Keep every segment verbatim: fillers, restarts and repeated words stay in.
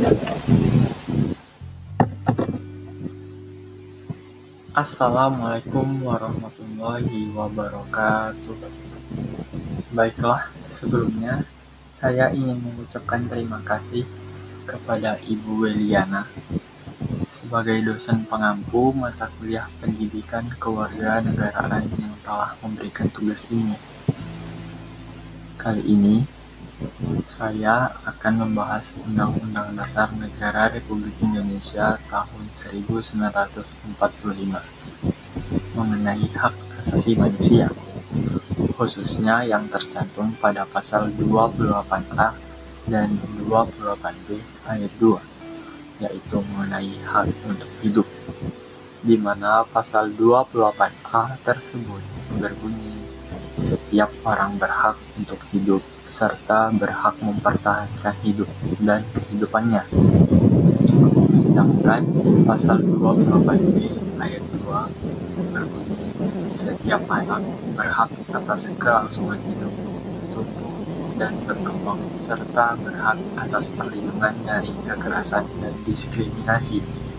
Assalamualaikum warahmatullahi wabarakatuh. Baiklah, sebelumnya saya ingin mengucapkan terima kasih kepada Ibu Weliana sebagai dosen pengampu mata kuliah pendidikan kewarganegaraan yang telah memberikan tugas ini. Kali ini saya akan membahas Undang-Undang Dasar Negara Republik Indonesia tahun seribu sembilan ratus empat puluh lima mengenai hak asasi manusia, khususnya yang tercantum pada pasal dua puluh delapan A dan dua puluh delapan B ayat dua, yaitu mengenai hak untuk hidup, di mana pasal dua puluh delapan A tersebut berbunyi, setiap orang berhak untuk hidup serta berhak mempertahankan hidup dan kehidupannya. Sedangkan pasal dua puluh delapan B ayat dua berbunyi, setiap anak berhak atas kelangsungan hidup, tumbuh, dan berkembang, serta berhak atas perlindungan dari kekerasan dan diskriminasi.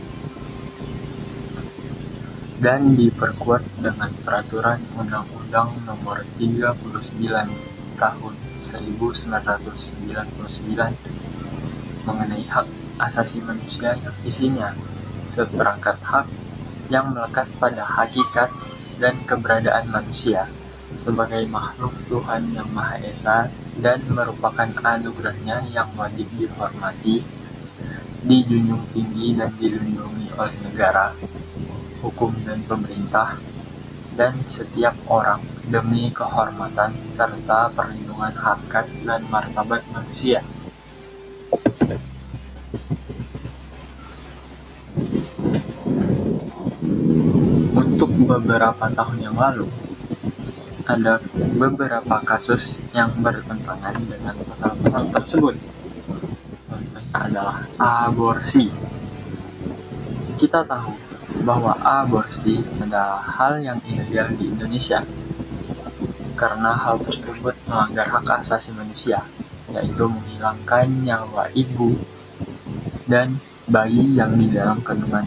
Dan diperkuat dengan Peraturan Undang-Undang Nomor tiga puluh sembilan Tahun seribu sembilan ratus sembilan puluh sembilan mengenai hak asasi manusia yang isinya seperangkat hak yang melekat pada hakikat dan keberadaan manusia sebagai makhluk Tuhan Yang Maha Esa dan merupakan anugerahnya yang wajib dihormati, dijunjung tinggi dan dilindungi oleh negara, hukum dan pemerintah, dan setiap orang demi kehormatan serta perlindungan harkat dan martabat manusia. Untuk beberapa tahun yang lalu, ada beberapa kasus yang bertentangan dengan pasal-pasal tersebut. Contohnya adalah aborsi. Kita tahu bahwa aborsi adalah hal yang ilegal di Indonesia karena hal tersebut melanggar hak asasi manusia, yaitu menghilangkan nyawa ibu dan bayi yang di dalam kandungan.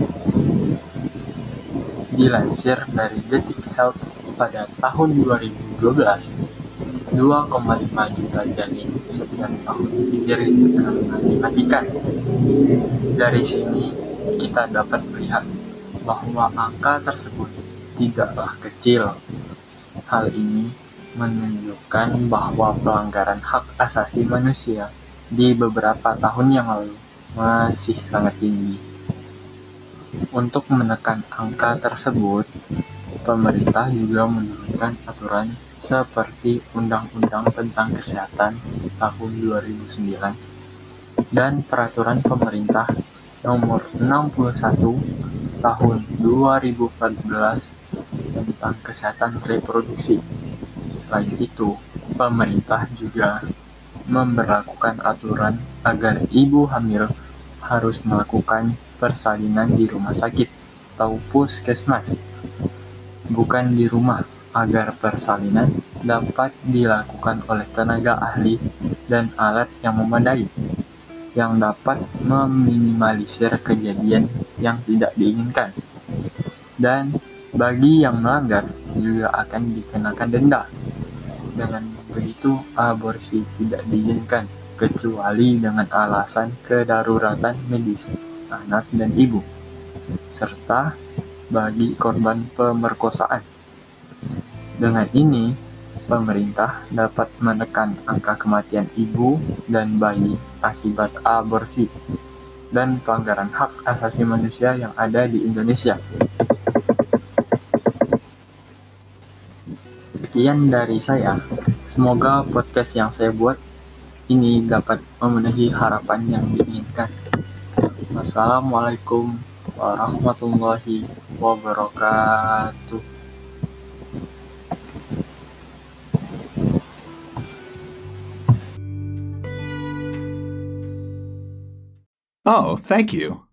Dilansir dari Detik Health pada tahun dua ribu dua belas, dua koma lima juta janin setiap tahun diderit karena dimatikan. Dari sini kita dapat melihat bahwa angka tersebut tidaklah kecil. Hal ini menunjukkan bahwa pelanggaran hak asasi manusia di beberapa tahun yang lalu masih sangat tinggi. Untuk menekan angka tersebut, pemerintah juga menurunkan aturan seperti Undang-Undang tentang Kesehatan tahun dua ribu sembilan dan Peraturan Pemerintah Nomor enam puluh satu tahun dua ribu empat belas tentang kesehatan reproduksi. Selain itu, pemerintah juga memberlakukan aturan agar ibu hamil harus melakukan persalinan di rumah sakit atau puskesmas, bukan di rumah, agar persalinan dapat dilakukan oleh tenaga ahli dan alat yang memadai, yang dapat meminimalisir kejadian yang tidak diinginkan. Dan bagi yang melanggar juga akan dikenakan denda. Dengan begitu, aborsi tidak diizinkan kecuali dengan alasan kedaruratan medis anak dan ibu, serta bagi korban pemerkosaan. Dengan ini, pemerintah dapat menekan angka kematian ibu dan bayi akibat aborsi dan pelanggaran hak asasi manusia yang ada di Indonesia. Sekian dari saya. Semoga podcast yang saya buat ini dapat memenuhi harapan yang diinginkan. Wassalamualaikum warahmatullahi wabarakatuh. Oh, thank you.